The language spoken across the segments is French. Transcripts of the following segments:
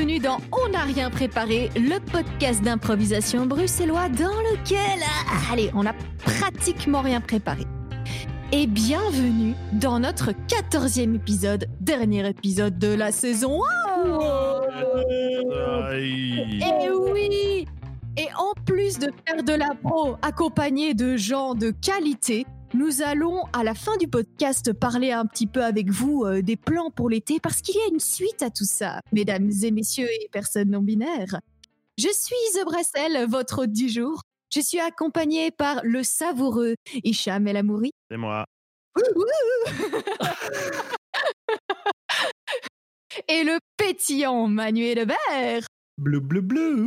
bienvenue dans On n'a rien préparé, le podcast d'improvisation bruxellois dans lequel, on n'a pratiquement rien préparé. Et bienvenue dans notre 14e épisode, dernier épisode de la saison 1. Et oui. Et en plus de faire de l'impro accompagné de gens de qualité, nous allons, à la fin du podcast, parler un petit peu avec vous des plans pour l'été, parce qu'il y a une suite à tout ça, mesdames et messieurs et personnes non-binaires. Je suis Bressel, votre hôte du jour. Je suis accompagnée par le savoureux Hicham El Amouri. C'est moi. Et le pétillant Manuel Lebert. Bloup, bloup, bloup.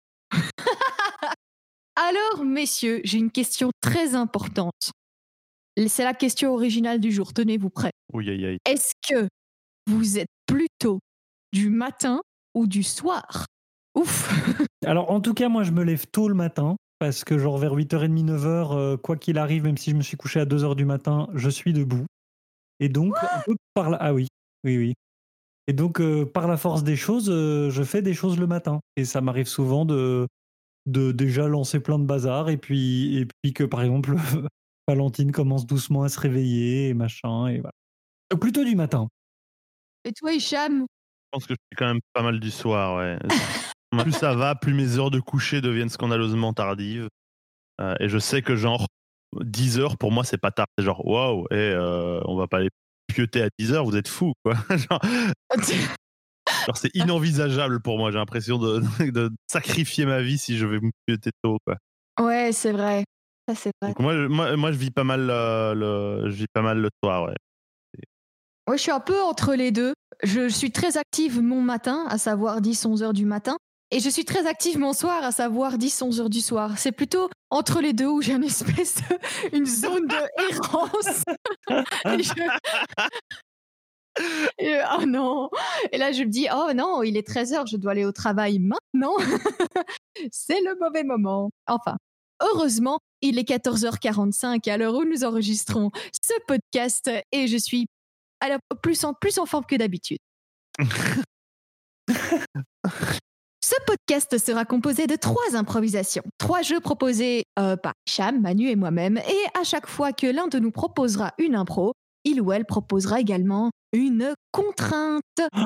Alors, messieurs, j'ai une question très importante. C'est la question originale du jour. Tenez-vous prêts. Oui, aïe, aïe. Est-ce que vous êtes plutôt du matin ou du soir ? Ouf. Alors, en tout cas, moi, je me lève tôt le matin parce que, genre, vers 8h30, 9h, quoi qu'il arrive, même si je me suis couché à 2h du matin, je suis debout. Et donc, un peu par la... Ah oui. Et donc, par la force des choses, je fais des choses le matin. Et ça m'arrive souvent de déjà lancer plein de bazar et puis que, par exemple, Valentine commence doucement à se réveiller et machin. Et voilà. Donc, plutôt du matin. Et toi, Hicham ? Je pense que je suis quand même pas mal du soir, ouais. Plus ça va, plus mes heures de coucher deviennent scandaleusement tardives. Et je sais que genre 10 heures, pour moi, c'est pas tard. C'est genre, waouh, on va pas aller pioter à 10 heures, vous êtes fous, quoi. genre, c'est inenvisageable pour moi. J'ai l'impression de sacrifier ma vie si je vais me pioter tôt, quoi. Ouais, c'est vrai. Ça, c'est vrai. Donc moi, je vis pas mal le soir, ouais. Ouais, je suis un peu entre les deux. Je suis très active mon matin, à savoir 10-11 heures du matin. Et je suis très active mon soir, à savoir 10-11 heures du soir. C'est plutôt entre les deux où j'ai une une zone de errance. Oh non. Et là, je me dis, oh non, il est 13h, je dois aller au travail maintenant. C'est le mauvais moment. Enfin, heureusement, il est 14h45 à l'heure où nous enregistrons ce podcast et je suis plus en forme que d'habitude. Ce podcast sera composé de 3 improvisations, 3 jeux proposés par Hicham, Manu et moi-même. Et à chaque fois que l'un de nous proposera une impro, il ou elle proposera également une contrainte.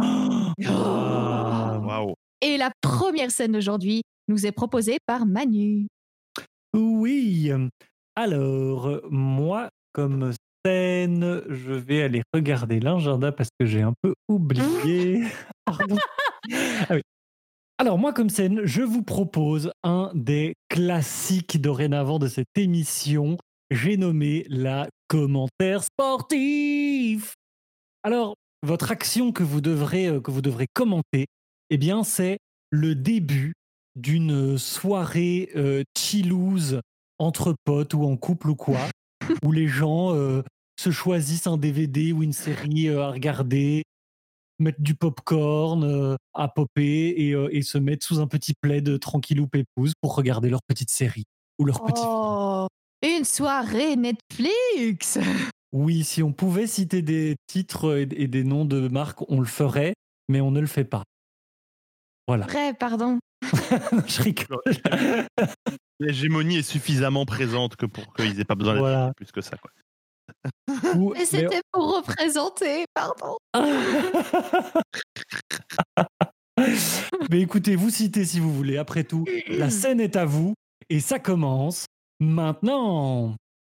Waouh. Et la première scène d'aujourd'hui nous est proposée par Manu. Oui. Alors, moi, comme scène, je vais aller regarder l'agenda parce que j'ai un peu oublié. Pardon. Ah oui. Alors, moi, comme scène, je vous propose un des classiques dorénavant de cette émission. J'ai nommé la commentaire sportif. Alors, votre action que vous devrez commenter, eh bien, c'est le début d'une soirée chillouse entre potes ou en couple ou quoi, où les gens se choisissent un DVD ou une série à regarder, mettre du popcorn à popper et se mettre sous un petit plaid tranquillou pépouze pour regarder leur petite série ou leur petit film. Une soirée Netflix. Oui, si on pouvait citer des titres et des noms de marques, on le ferait, mais on ne le fait pas. Voilà. Vrai, pardon. Je rigole. L'hégémonie est suffisamment présente que pour qu'ils aient pas besoin d'être plus que ça, quoi. Mais c'était pour représenter, pardon. Mais écoutez, vous citez si vous voulez. Après tout, la scène est à vous et ça commence maintenant.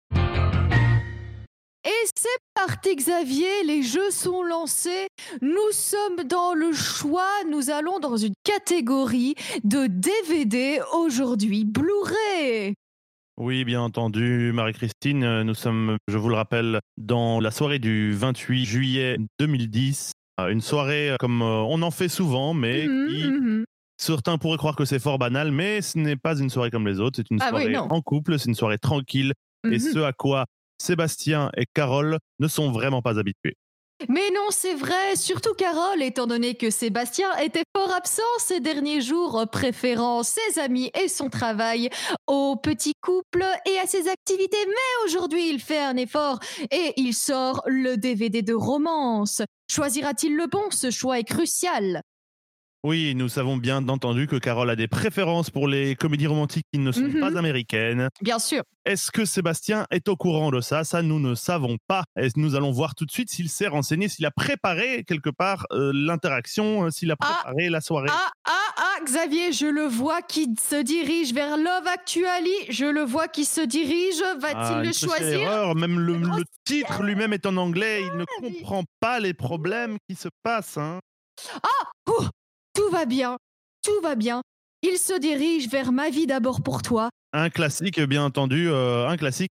Et c'est parti, Xavier, les jeux sont lancés. Nous sommes dans le choix. Nous allons dans une catégorie de DVD aujourd'hui, Blu-ray. Oui, bien entendu, Marie-Christine. Nous sommes, je vous le rappelle, dans la soirée du 28 juillet 2010. Une soirée comme on en fait souvent, mais certains pourraient croire que c'est fort banal, mais ce n'est pas une soirée comme les autres. C'est une soirée en couple, c'est une soirée tranquille. Et ce à quoi Sébastien et Carole ne sont vraiment pas habitués. Mais non, c'est vrai, surtout Carole, étant donné que Sébastien était fort absent ces derniers jours, préférant ses amis et son travail au petit couple et à ses activités. Mais aujourd'hui, il fait un effort et il sort le DVD de romance. Choisira-t-il le bon ? Ce choix est crucial. Oui, nous savons bien entendu que Carole a des préférences pour les comédies romantiques qui ne sont pas américaines. Bien sûr. Est-ce que Sébastien est au courant de ça? Ça, nous ne savons pas. Et nous allons voir tout de suite s'il s'est renseigné, s'il a préparé quelque part l'interaction, s'il a préparé la soirée. Xavier, je le vois qui se dirige vers Love Actually. Je le vois qui se dirige. Va-t-il le choisir? Erreur. Même le titre lui-même est en anglais. Il ne comprend pas les problèmes qui se passent. Hein. Tout va bien. Tout va bien. Il se dirige vers Ma vie d'abord pour toi. Un classique, bien entendu. Un classique.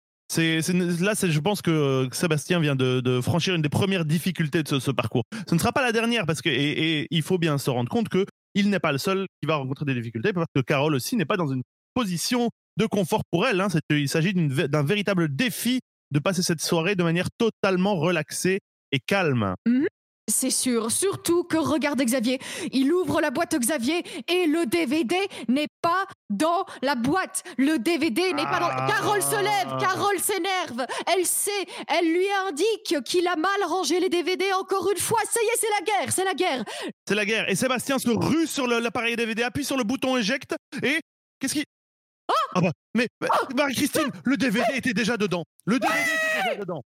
Je pense que Sébastien vient de franchir une des premières difficultés de ce parcours. Ce ne sera pas la dernière parce que et il faut bien se rendre compte que il n'est pas le seul qui va rencontrer des difficultés parce que Carole aussi n'est pas dans une position de confort pour elle. Hein. Il s'agit d'un véritable défi de passer cette soirée de manière totalement relaxée et calme. C'est sûr, surtout que regarde Xavier, il ouvre la boîte Xavier et le DVD n'est pas dans la boîte. Le DVD n'est pas dans... Carole se lève, Carole s'énerve, elle sait, elle lui indique qu'il a mal rangé les DVD encore une fois. Ça y est, c'est la guerre. C'est la guerre. Et Sébastien se rue sur l'appareil DVD, appuie sur le bouton éjecte et qu'est-ce qu'il... Mais Marie-Christine, le DVD était déjà dedans. Oui, il était dedans,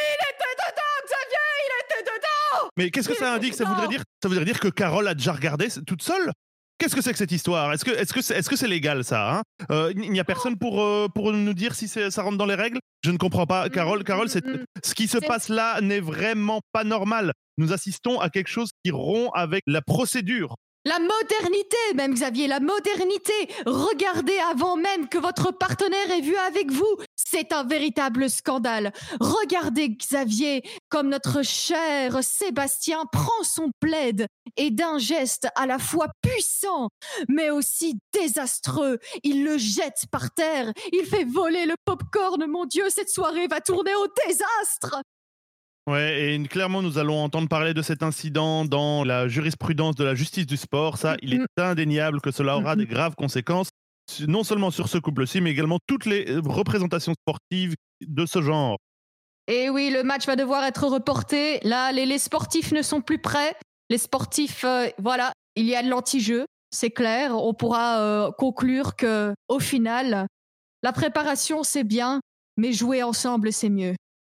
Xavier, il était dedans. Mais qu'est-ce que ça indique? Ça voudrait dire que Carole a déjà regardé toute seule? Qu'est-ce que c'est que cette histoire? Est-ce que c'est légal ça? Il n'y a personne pour nous dire si ça rentre dans les règles? Je ne comprends pas. Carole, ce qui se passe là n'est vraiment pas normal. Nous assistons à quelque chose qui rompt avec la procédure. La modernité même, Xavier, la modernité. Regardez avant même que votre partenaire ait vu avec vous. C'est un véritable scandale. Regardez Xavier comme notre cher Sébastien prend son plaid et d'un geste à la fois puissant mais aussi désastreux, il le jette par terre. Il fait voler le popcorn. Mon Dieu, cette soirée va tourner au désastre. Ouais, et clairement, nous allons entendre parler de cet incident dans la jurisprudence de la justice du sport. Ça, il est indéniable que cela aura des graves conséquences, non seulement sur ce couple-ci, mais également toutes les représentations sportives de ce genre. Et oui, le match va devoir être reporté. Là, les sportifs ne sont plus prêts. Les sportifs, voilà, il y a de l'anti-jeu, c'est clair. On pourra conclure que, au final, la préparation, c'est bien, mais jouer ensemble, c'est mieux.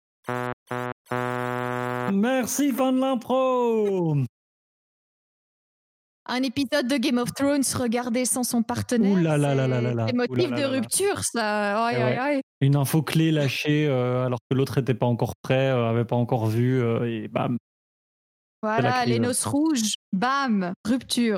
Merci, fin de l'impro. Un épisode de Game of Thrones regardé sans son partenaire. Ouh là là là là là là. C'est motif de rupture, ça. Aïe. Une info clé lâchée alors que l'autre n'était pas encore prêt, avait pas encore vu, et bam. Voilà, les noces rouges, bam, rupture.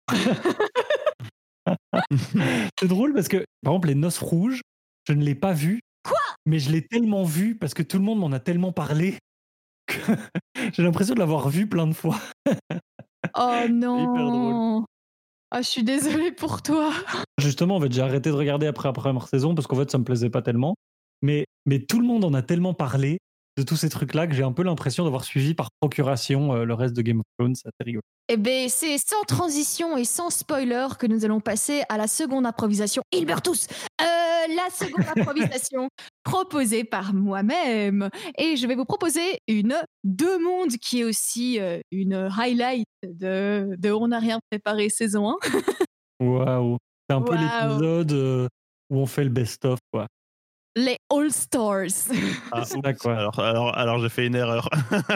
C'est drôle parce que, par exemple, les noces rouges, je ne l'ai pas vu. Quoi? Mais je l'ai tellement vu parce que tout le monde m'en a tellement parlé que j'ai l'impression de l'avoir vu plein de fois. Oh non. C'est hyper drôle. Ah, je suis désolée pour toi. Justement, en fait, j'ai arrêté de regarder après la première saison parce qu'en fait, ça me plaisait pas tellement. Mais tout le monde en a tellement parlé de tous ces trucs-là que j'ai un peu l'impression d'avoir suivi par procuration le reste de Game of Thrones. C'est assez rigolo. Eh bien, c'est sans transition et sans spoiler que nous allons passer à la seconde improvisation. Ils meurent tous. La seconde improvisation proposée par moi-même. Et je vais vous proposer une Deux Mondes qui est aussi une highlight de On n'a rien préparé saison 1. Waouh. C'est un peu l'épisode où on fait le best-of, quoi. Les All Stars. C'est ça, quoi. Alors j'ai fait une erreur.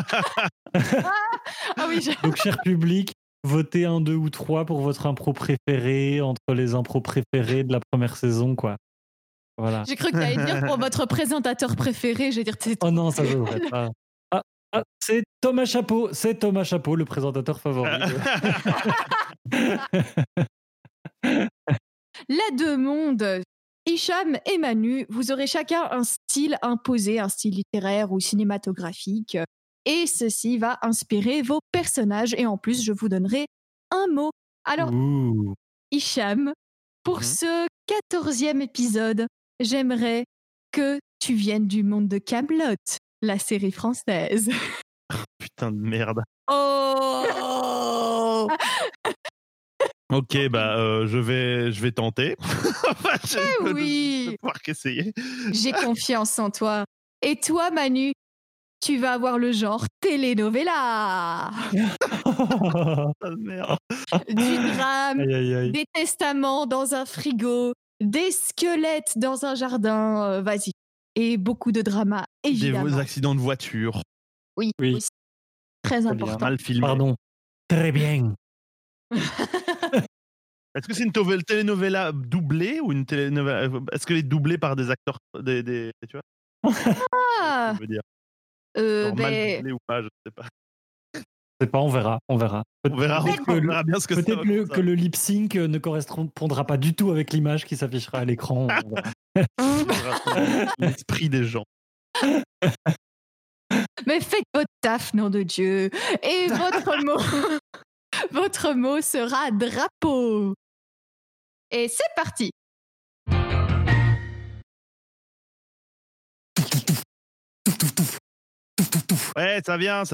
Donc, cher public, votez 1, 2 ou 3 pour votre impro préférée entre les impros préférés de la première saison, quoi. Voilà. J'ai cru que tu allais dire pour votre présentateur préféré. Je vais dire oh non, ça je devrais pas. C'est Thomas Chapeau, le présentateur favori. Les Deux Mondes, Hicham et Manu, vous aurez chacun un style imposé, un style littéraire ou cinématographique. Et ceci va inspirer vos personnages. Et en plus, je vous donnerai un mot. Alors, Hicham, pour ce 14e épisode, j'aimerais que tu viennes du monde de Kaamelott, la série française. Putain de merde. Oh. Ok, je vais tenter. Oui. Je vais pouvoir qu'essayer. J'ai confiance en toi. Et toi, Manu, tu vas avoir le genre telenovela. Ah, merde. du drame, Aïe, aïe, aïe. des testaments dans un frigo, des squelettes dans un jardin, vas-y. Et beaucoup de drama, Des évidemment. accidents de voiture. Oui, Oui. aussi. Très bien. important. Mal filmé. Pardon. Très bien. Est-ce que c'est une telenovela doublée ou une telenovela... Est-ce qu'elle est doublée par des acteurs... tu vois Ah, je veux dire. Genre mal ben, doublée ou pas, je sais pas. Je sais pas, on verra. On verra, Peut-être on verra bien ce que ça Peut-être va que le lip sync ne correspondra pas du tout avec l'image qui s'affichera à l'écran. On verra. l'esprit des gens. mais faites votre taf, nom de Dieu. Et votre mot sera drapeau. Et c'est parti. Ouais, ça vient.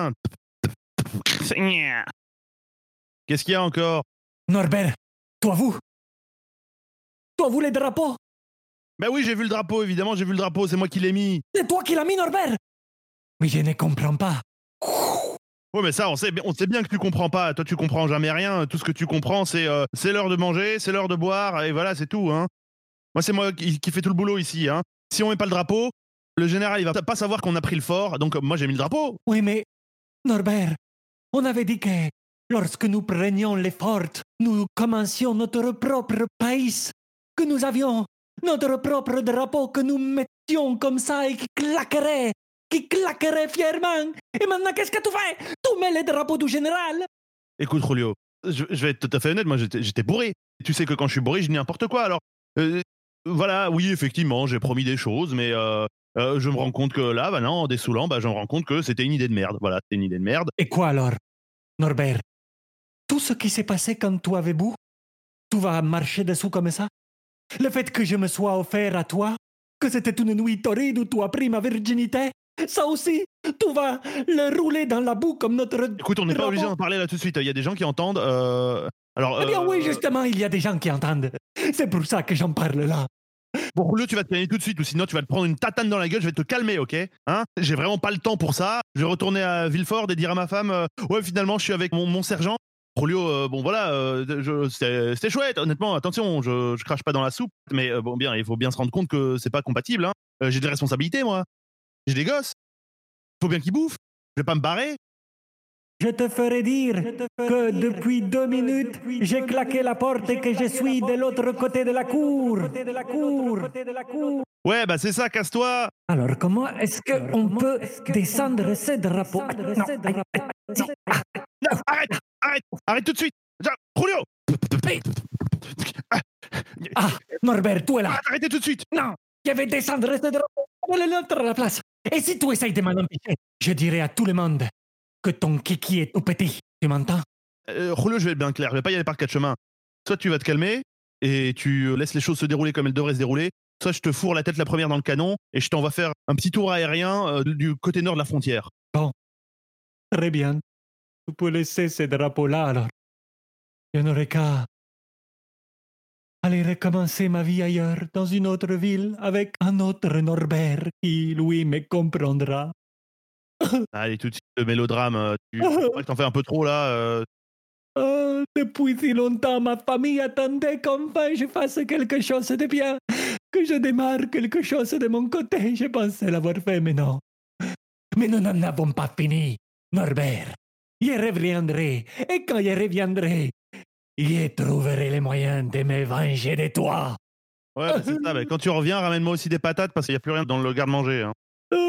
Qu'est-ce qu'il y a encore? Norbert, toi vous les drapeaux. Ben oui, j'ai vu le drapeau, évidemment, j'ai vu le drapeau, c'est moi qui l'ai mis. C'est toi qui l'as mis, Norbert. Mais je ne comprends pas. Ouais, mais ça, on sait bien que tu comprends pas. Toi, tu comprends jamais rien. Tout ce que tu comprends, c'est l'heure de manger, c'est l'heure de boire, et voilà, c'est tout. Hein. Moi, c'est moi qui fais tout le boulot ici. Hein. Si on met pas le drapeau, le général, il va pas savoir qu'on a pris le fort. Donc, moi, j'ai mis le drapeau. Oui, mais Norbert, on avait dit que lorsque nous prenions les forts, nous commencions notre propre pays, que nous avions notre propre drapeau que nous mettions comme ça et qui claquerait fièrement. Et maintenant, qu'est-ce que tu fais? Tu mets le drapeau du général. Écoute, Julio, je vais être tout à fait honnête, moi, j'étais bourré. Tu sais que quand je suis bourré, je dis n'importe quoi. Alors, voilà, oui, effectivement, j'ai promis des choses, mais je me rends compte que là, bah non, en dessoulant, bah, je me rends compte que c'était une idée de merde. Voilà, c'était une idée de merde. Et quoi alors, Norbert? Tout ce qui s'est passé quand tu avais bu, tu vas marcher dessous comme ça? Le fait que je me sois offert à toi, que c'était une nuit torride où tu as pris ma virginité, ça aussi, tu vas le rouler dans la boue comme notre... Écoute, on n'est pas drapeau. obligé d'en parler là tout de suite. Il y a des gens qui entendent. Alors, Eh bien oui, justement, il y a des gens qui entendent. C'est pour ça que j'en parle là. Bon, Julio, tu vas te calmer tout de suite, ou sinon tu vas te prendre une tatane dans la gueule, je vais te calmer, ok? Hein? J'ai vraiment pas le temps pour ça. Je vais retourner à Villefort et dire à ma femme ouais, finalement, je suis avec mon sergent. Julio, bon voilà, c'était chouette, honnêtement, attention, je crache pas dans la soupe, mais bon, bien, il faut bien se rendre compte que c'est pas compatible. Hein. J'ai des responsabilités, moi. J'ai des gosses. Faut bien qu'ils bouffent. Je vais pas me barrer. Je te ferai dire que depuis 2 minutes, j'ai claqué la porte et que je suis de l'autre côté de la cour. Ouais, bah c'est ça, casse-toi. Alors, comment est-ce qu'on peut descendre ce drapeau? Non, arrête tout de suite. Julio. Ah, Norbert, tu es là. Arrêtez tout de suite. Non, je vais descendre ce drapeau. On va le mettre à la place. Et si tu essayes de m'en empêcher, je dirai à tout le monde que ton kiki est tout petit. Tu m'entends? Julio, je vais être bien clair. Je vais pas y aller par 4 chemins. Soit tu vas te calmer et tu laisses les choses se dérouler comme elles devraient se dérouler. Soit je te fourre la tête la première dans le canon et je t'envoie faire un petit tour aérien du côté nord de la frontière. Bon, très bien. Tu peux laisser ces drapeaux-là alors. Je n'aurai qu'à aller recommencer ma vie ailleurs, dans une autre ville, avec un autre Norbert qui, lui, me comprendra. Allez, tout de suite, le mélodrame. Tu crois que t'en fais un peu trop là. Depuis si longtemps, ma famille attendait qu'enfin je fasse quelque chose de bien, que je démarre quelque chose de mon côté. Je pensais l'avoir fait, mais non. Mais nous n'en avons pas fini, Norbert. Je reviendrai, et quand je reviendrai, je trouverai les moyens de me venger de toi. Ouais, bah, c'est ça. Bah, quand tu reviens, ramène-moi aussi des patates parce qu'il n'y a plus rien dans le garde-manger. Hein.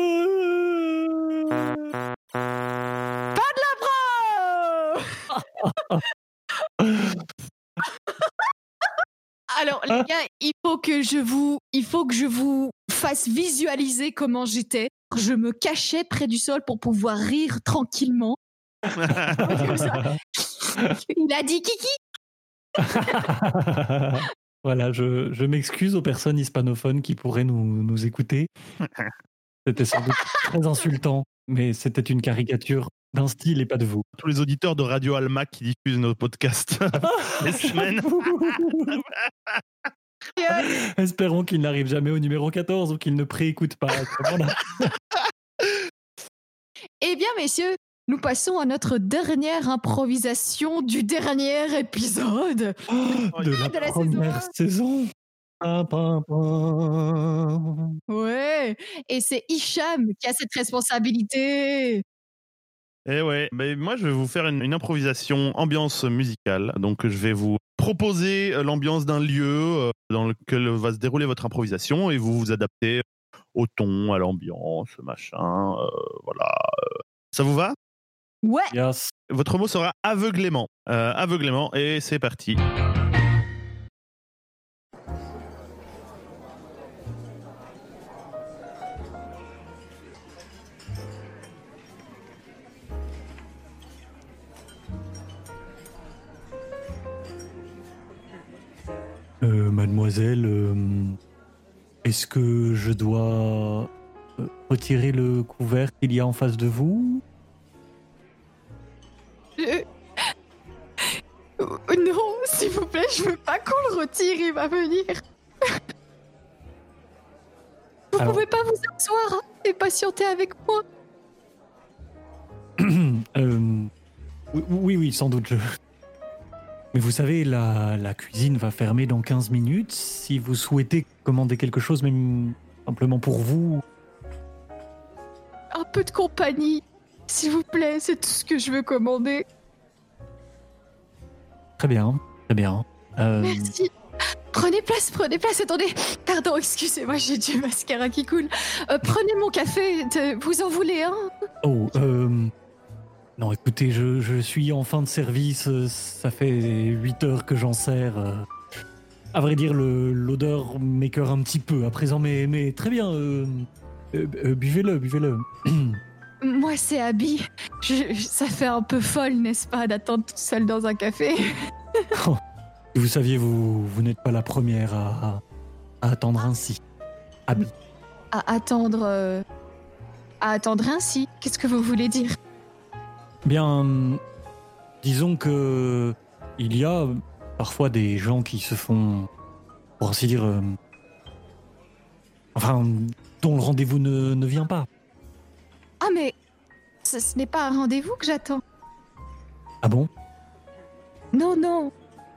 Pas de la pro. Alors les gars, il faut que je vous fasse visualiser comment j'étais. Je me cachais près du sol pour pouvoir rire tranquillement. Comme ça. Il a dit Kiki. Voilà, je m'excuse aux personnes hispanophones qui pourraient nous écouter. C'était sans doute très insultant, mais c'était une caricature d'un style et pas de vous. Tous les auditeurs de Radio Alma qui diffusent nos podcasts les semaines. Espérons qu'il n'arrive jamais au numéro 14 ou qu'il ne préécoute pas. Voilà. Eh bien, messieurs, nous passons à notre dernière improvisation du dernier épisode. De la première saison. Ouais, et c'est Hicham qui a cette responsabilité. Et ouais, mais moi je vais vous faire une improvisation ambiance musicale. Donc je vais vous proposer l'ambiance d'un lieu dans lequel va se dérouler votre improvisation et vous vous adaptez au ton, à l'ambiance, machin. Voilà. Ça vous va? Ouais. Yes. Votre mot sera aveuglément. Aveuglément, et c'est parti. Mademoiselle, est-ce que je dois retirer le couvercle qu'il y a en face de vous? Non, s'il vous plaît, je veux pas qu'on le retire, il va venir. Vous pouvez pas vous asseoir et patienter avec moi? Oui, sans doute. Mais vous savez, la cuisine va fermer dans 15 minutes. Si vous souhaitez commander quelque chose, même simplement pour vous... Un peu de compagnie, s'il vous plaît, c'est tout ce que je veux commander. Très bien. Merci. Prenez place, attendez. Pardon, excusez-moi, j'ai du mascara qui coule. Prenez mon café, vous en voulez un? Non, écoutez, je suis en fin de service, ça fait 8 heures que j'en sers. À vrai dire, l'odeur m'écœure un petit peu à présent, mais très bien, buvez-le. Moi, c'est Abby. Ça fait un peu folle, n'est-ce pas, d'attendre toute seule dans un café? Vous saviez, vous n'êtes pas la première à attendre ainsi. Abby. À attendre ainsi? Qu'est-ce que vous voulez dire? Bien, disons que il y a parfois des gens qui se font, pour ainsi dire, dont le rendez-vous ne vient pas. Ah, mais ce n'est pas un rendez-vous que j'attends. Ah bon? Non.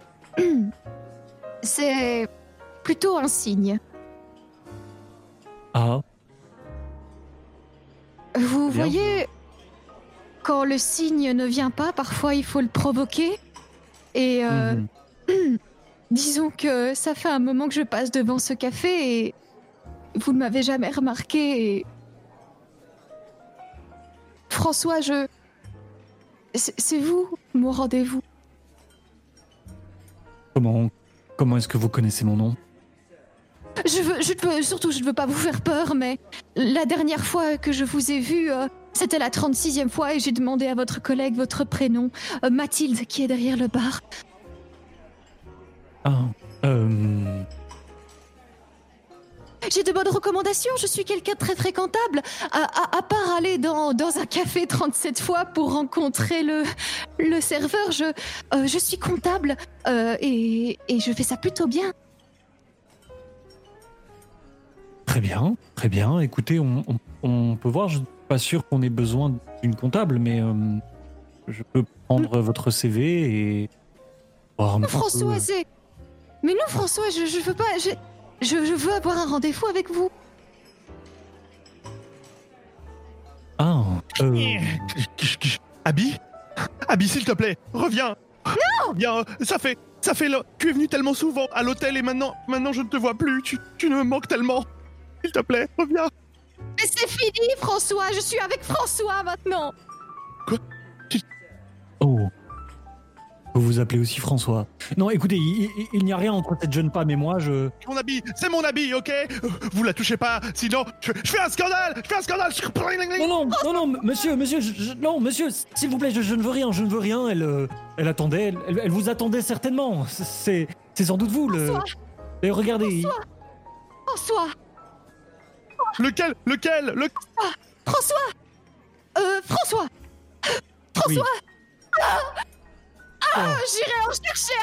C'est plutôt un signe. Ah. Vous Bien. voyez, quand le signe ne vient pas, parfois il faut le provoquer. Et disons que ça fait un moment que je passe devant ce café et vous ne m'avez jamais remarqué. Et... François, c'est vous, mon rendez-vous. Comment est-ce que vous connaissez mon nom? Je ne veux pas vous faire peur, mais la dernière fois que je vous ai vu, c'était la 36e fois et j'ai demandé à votre collègue votre prénom, Mathilde, qui est derrière le bar. J'ai de bonnes recommandations, je suis quelqu'un de très fréquentable, à part aller dans un café 37 fois pour rencontrer le serveur, je suis comptable et je fais ça plutôt bien. Très bien. Écoutez, on peut voir, je ne suis pas sûr qu'on ait besoin d'une comptable, mais je peux prendre votre CV et voir un petit François, peu. c'est... Mais non, François, je veux pas... Je veux avoir un rendez-vous avec vous. Abby, s'il te plaît, reviens. Non. Viens, ça fait tu es venu tellement souvent à l'hôtel et maintenant je ne te vois plus. Tu me manques tellement. S'il te plaît, reviens. Mais c'est fini, François. Je suis avec François maintenant. Quoi? Oh. Vous vous appelez aussi François. Non, écoutez, il n'y a rien entre cette jeune femme et moi, C'est mon habit, ok? Vous la touchez pas, sinon je fais un scandale. Non, monsieur, non, monsieur, s'il vous plaît, je ne veux rien, elle attendait, elle vous attendait certainement, c'est sans doute vous, François. Et regardez... François. Lequel? François. François. Oui. J'irai en chercher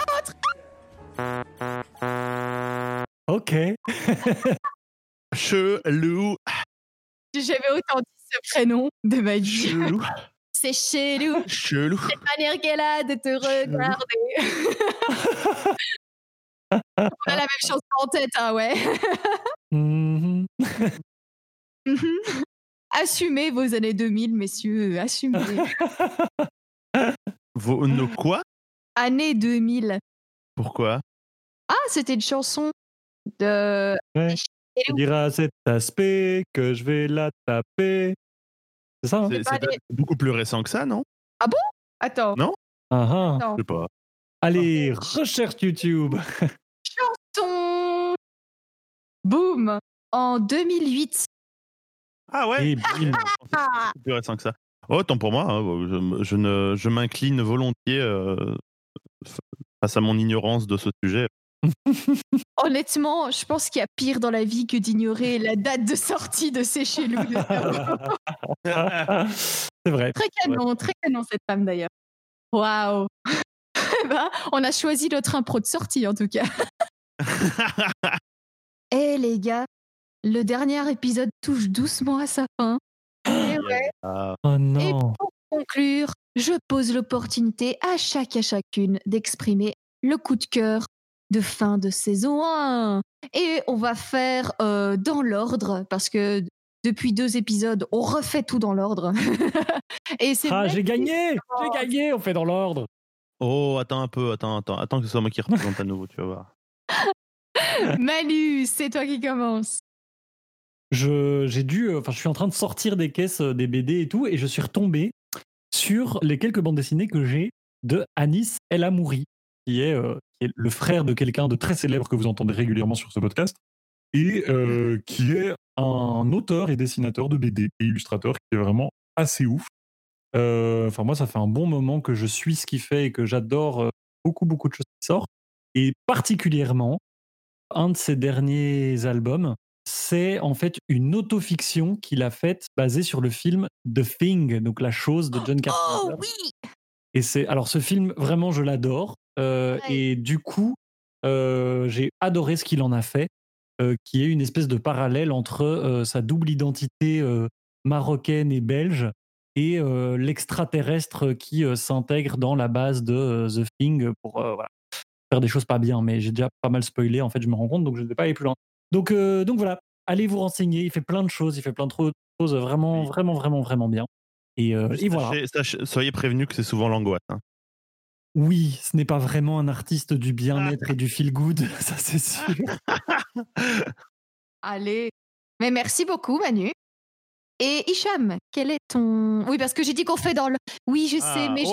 un autre. Ok. Chelou. J'ai jamais autant dit ce prénom de ma vie. Chelou. c'est chelou. Chelou. Cette manière qu'elle a de te regarder. On a la même chanson en tête, hein, ouais. Mhm. Assumez vos années 2000, messieurs, assumez. Nos quoi? Années 2000. Pourquoi? Ah, c'était une chanson de... Ouais. Tu diras à cet aspect que je vais la taper. C'est ça, hein? C'est beaucoup plus récent que ça, non? Ah bon? Attends. Non? Ah, Je sais pas. allez, recherche YouTube. Chanson. Boum. En 2008. Ah ouais? Et bim. C'est plus récent que ça. Oh, tant pour moi. Hein. Je m'incline volontiers face à mon ignorance de ce sujet. Honnêtement, je pense qu'il y a pire dans la vie que d'ignorer la date de sortie de ces chelous. C'est vrai. Très canon cette femme d'ailleurs. Waouh. Bah, on a choisi notre impro de sortie en tout cas. Eh les gars, le dernier épisode touche doucement à sa fin. Et ouais. Oh non. Et pour conclure, je pose l'opportunité à chacune d'exprimer le coup de cœur de fin de saison 1. Et on va faire dans l'ordre, parce que depuis 2 épisodes, on refait tout dans l'ordre. Et c'est vrai j'ai gagné. On fait dans l'ordre. Oh, attends un peu, attends que ce soit moi qui représente à nouveau, tu vas voir. Manu, c'est toi qui commence. Je suis en train de sortir des caisses des BD et tout, et je suis retombé sur les quelques bandes dessinées que j'ai de Anis El Amouri, qui est le frère de quelqu'un de très célèbre que vous entendez régulièrement sur ce podcast, et qui est un auteur et dessinateur de BD et illustrateur qui est vraiment assez ouf. Moi, ça fait un bon moment que je suis ce qu'il fait et que j'adore beaucoup de choses qui sortent. Et particulièrement, un de ses derniers albums, c'est en fait une autofiction qu'il a faite basée sur le film The Thing, donc La Chose de John Carpenter. Oh oui. Et alors ce film, vraiment, je l'adore. Ouais. Et du coup, j'ai adoré ce qu'il en a fait, qui est une espèce de parallèle entre sa double identité marocaine et belge et l'extraterrestre qui s'intègre dans la base de The Thing pour faire des choses pas bien. Mais j'ai déjà pas mal spoilé, en fait, je me rends compte, donc je ne vais pas aller plus loin. Donc voilà, allez vous renseigner. Il fait plein de choses, vraiment, vraiment bien. Et voilà. Soyez prévenus que c'est souvent l'angoisse. Hein. Oui, ce n'est pas vraiment un artiste du bien-être et du feel-good, ça c'est sûr. Allez. Mais merci beaucoup, Manu. Et Hicham, quel est ton... Oui, parce que j'ai dit qu'on fait dans le... Oui, je sais, mais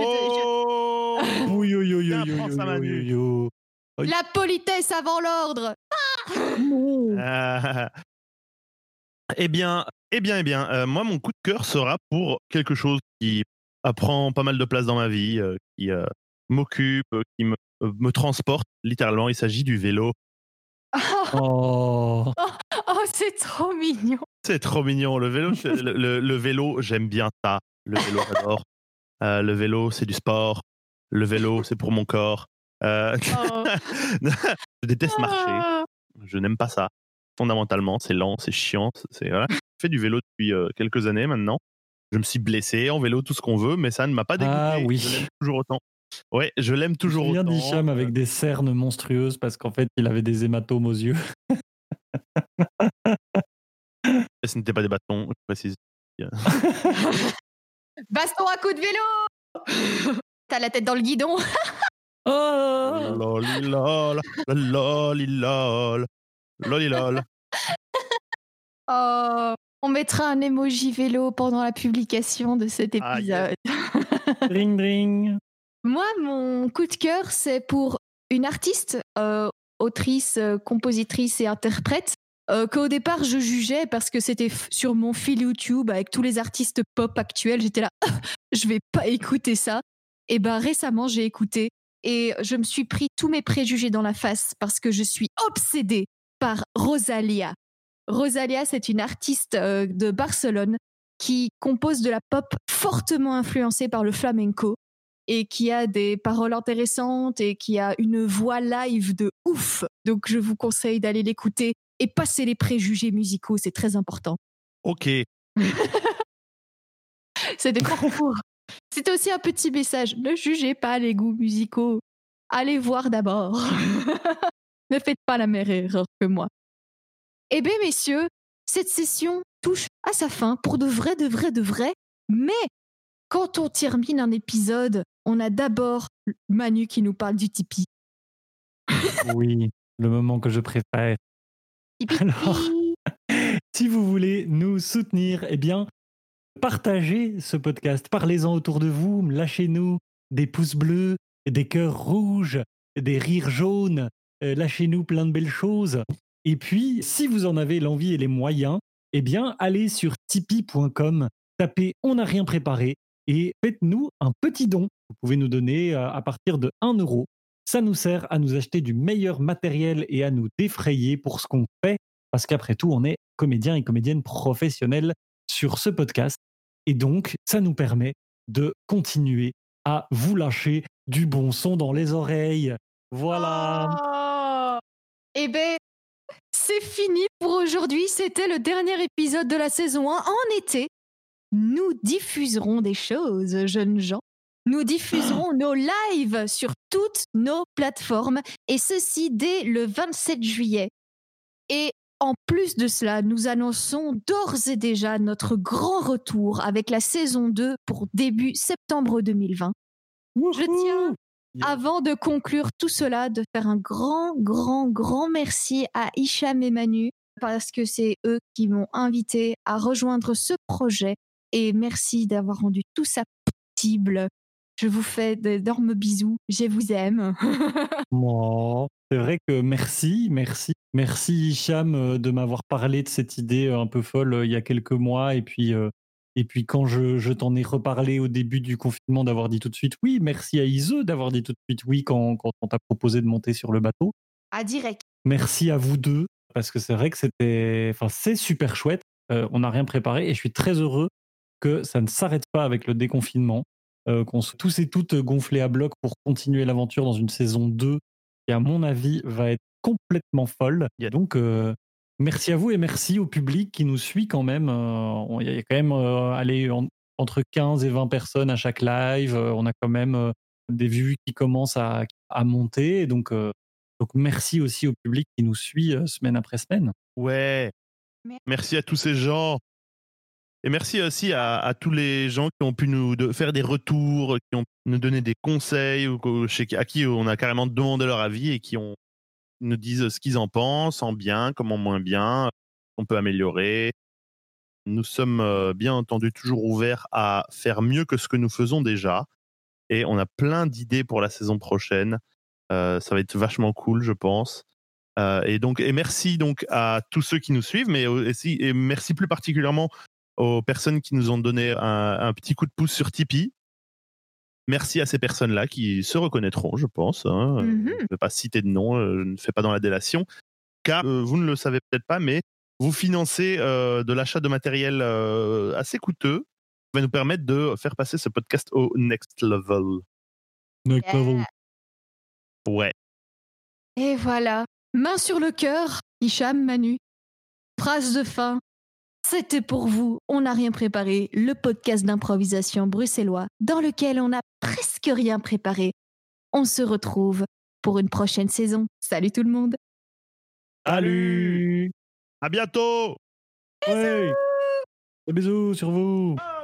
La politesse avant l'ordre. Eh bien, moi, mon coup de cœur sera pour quelque chose qui prend pas mal de place dans ma vie, qui m'occupe, qui me transporte. Littéralement, il s'agit du vélo. Oh, c'est trop mignon. C'est trop mignon. Le vélo, le vélo, j'aime bien ça. Le vélo, j'adore. Le vélo, c'est du sport. Le vélo, c'est pour mon corps. Je déteste marcher. Je n'aime pas ça. Fondamentalement, c'est lent, c'est chiant. Voilà. Je fais du vélo depuis quelques années maintenant. Je me suis blessé en vélo, tout ce qu'on veut, mais ça ne m'a pas dégoûté. Ah oui. Je l'aime toujours autant. Ouais, je l'aime toujours autant. Je me souviens d'Hicham avec des cernes monstrueuses parce qu'en fait, il avait des hématomes aux yeux. Ce n'était pas des bâtons, je précise. Baston à coups de vélo. T'as la tête dans le guidon. Oh, Lolilol, lolilol, lolilol. Oh, on mettra un emoji vélo pendant la publication de cet épisode. Dring dring. Moi, mon coup de cœur, c'est pour une artiste, autrice, compositrice et interprète, qu'au départ je jugeais parce que c'était sur mon fil YouTube avec tous les artistes pop actuels. J'étais là, je vais pas écouter ça. Et récemment, j'ai écouté et je me suis pris tous mes préjugés dans la face parce que je suis obsédée par Rosalía. Rosalía, c'est une artiste de Barcelone qui compose de la pop fortement influencée par le flamenco et qui a des paroles intéressantes et qui a une voix live de ouf. Donc, je vous conseille d'aller l'écouter et passer les préjugés musicaux, c'est très important. Ok. C'était pour C'était aussi un petit message. Ne jugez pas les goûts musicaux. Allez voir d'abord. Ne faites pas la même erreur que moi. Eh bien, messieurs, cette session touche à sa fin pour de vrai, de vrai, de vrai. Mais quand on termine un épisode, on a d'abord Manu qui nous parle du Tipeee. Oui, le moment que je préfère. Alors, si vous voulez nous soutenir, eh bien, partagez ce podcast, parlez-en autour de vous, lâchez-nous des pouces bleus, des cœurs rouges, des rires jaunes, lâchez-nous plein de belles choses. Et puis, si vous en avez l'envie et les moyens, eh bien, allez sur tipeee.com, tapez « On n'a rien préparé » et faites-nous un petit don. Vous pouvez nous donner à partir de 1 euro. Ça nous sert à nous acheter du meilleur matériel et à nous défrayer pour ce qu'on fait, parce qu'après tout, on est comédiens et comédiennes professionnels sur ce podcast. Et donc, ça nous permet de continuer à vous lâcher du bon son dans les oreilles. Voilà. Oh eh bien, c'est fini pour aujourd'hui. C'était le dernier épisode de la saison 1 en été. Nous diffuserons des choses, jeunes gens. Nous diffuserons nos lives sur toutes nos plateformes et ceci dès le 27 juillet. Et en plus de cela, nous annonçons d'ores et déjà notre grand retour avec la saison 2 pour début septembre 2020. Je tiens, avant de conclure tout cela, de faire un grand merci à Hicham et Manu parce que c'est eux qui m'ont invité à rejoindre ce projet. Et merci d'avoir rendu tout ça possible. Je vous fais d'énormes bisous. Je vous aime. Oh, c'est vrai que merci Hicham de m'avoir parlé de cette idée un peu folle il y a quelques mois et puis quand je t'en ai reparlé au début du confinement d'avoir dit tout de suite oui, merci à Ise d'avoir dit tout de suite oui quand on t'a proposé de monter sur le bateau. À direct. Merci à vous deux parce que c'est vrai que c'est super chouette. On n'a rien préparé et je suis très heureux que ça ne s'arrête pas avec le déconfinement, qu'on soit tous et toutes gonflés à bloc pour continuer l'aventure dans une saison 2 qui, à mon avis, va être complètement folle. Yeah. Donc, merci à vous et merci au public qui nous suit quand même. Il y a quand même entre 15 et 20 personnes à chaque live. On a quand même des vues qui commencent à monter. Donc, merci aussi au public qui nous suit semaine après semaine. Ouais. Merci à tous ces gens. Et merci aussi à tous les gens qui ont pu nous faire des retours, qui ont nous donné des conseils, ou à qui on a carrément demandé leur avis et qui nous disent ce qu'ils en pensent, en bien comme en moins bien, qu'on peut améliorer. Nous sommes bien entendu toujours ouverts à faire mieux que ce que nous faisons déjà. Et on a plein d'idées pour la saison prochaine. Ça va être vachement cool, je pense. Et merci donc à tous ceux qui nous suivent, mais aussi, et merci plus particulièrement aux personnes qui nous ont donné un petit coup de pouce sur Tipeee. Merci à ces personnes-là qui se reconnaîtront, je pense. Je ne vais pas citer de nom, je ne fais pas dans la délation, car vous ne le savez peut-être pas, mais vous financez de l'achat de matériel assez coûteux qui va nous permettre de faire passer ce podcast au next level. Next level. Ouais. Et voilà, main sur le cœur, Hicham, Manu. Phrase de fin. C'était pour vous, on n'a rien préparé, le podcast d'improvisation bruxellois dans lequel on n'a presque rien préparé. On se retrouve pour une prochaine saison. Salut tout le monde. Salut. À bientôt. Ouais. Des bisous sur vous.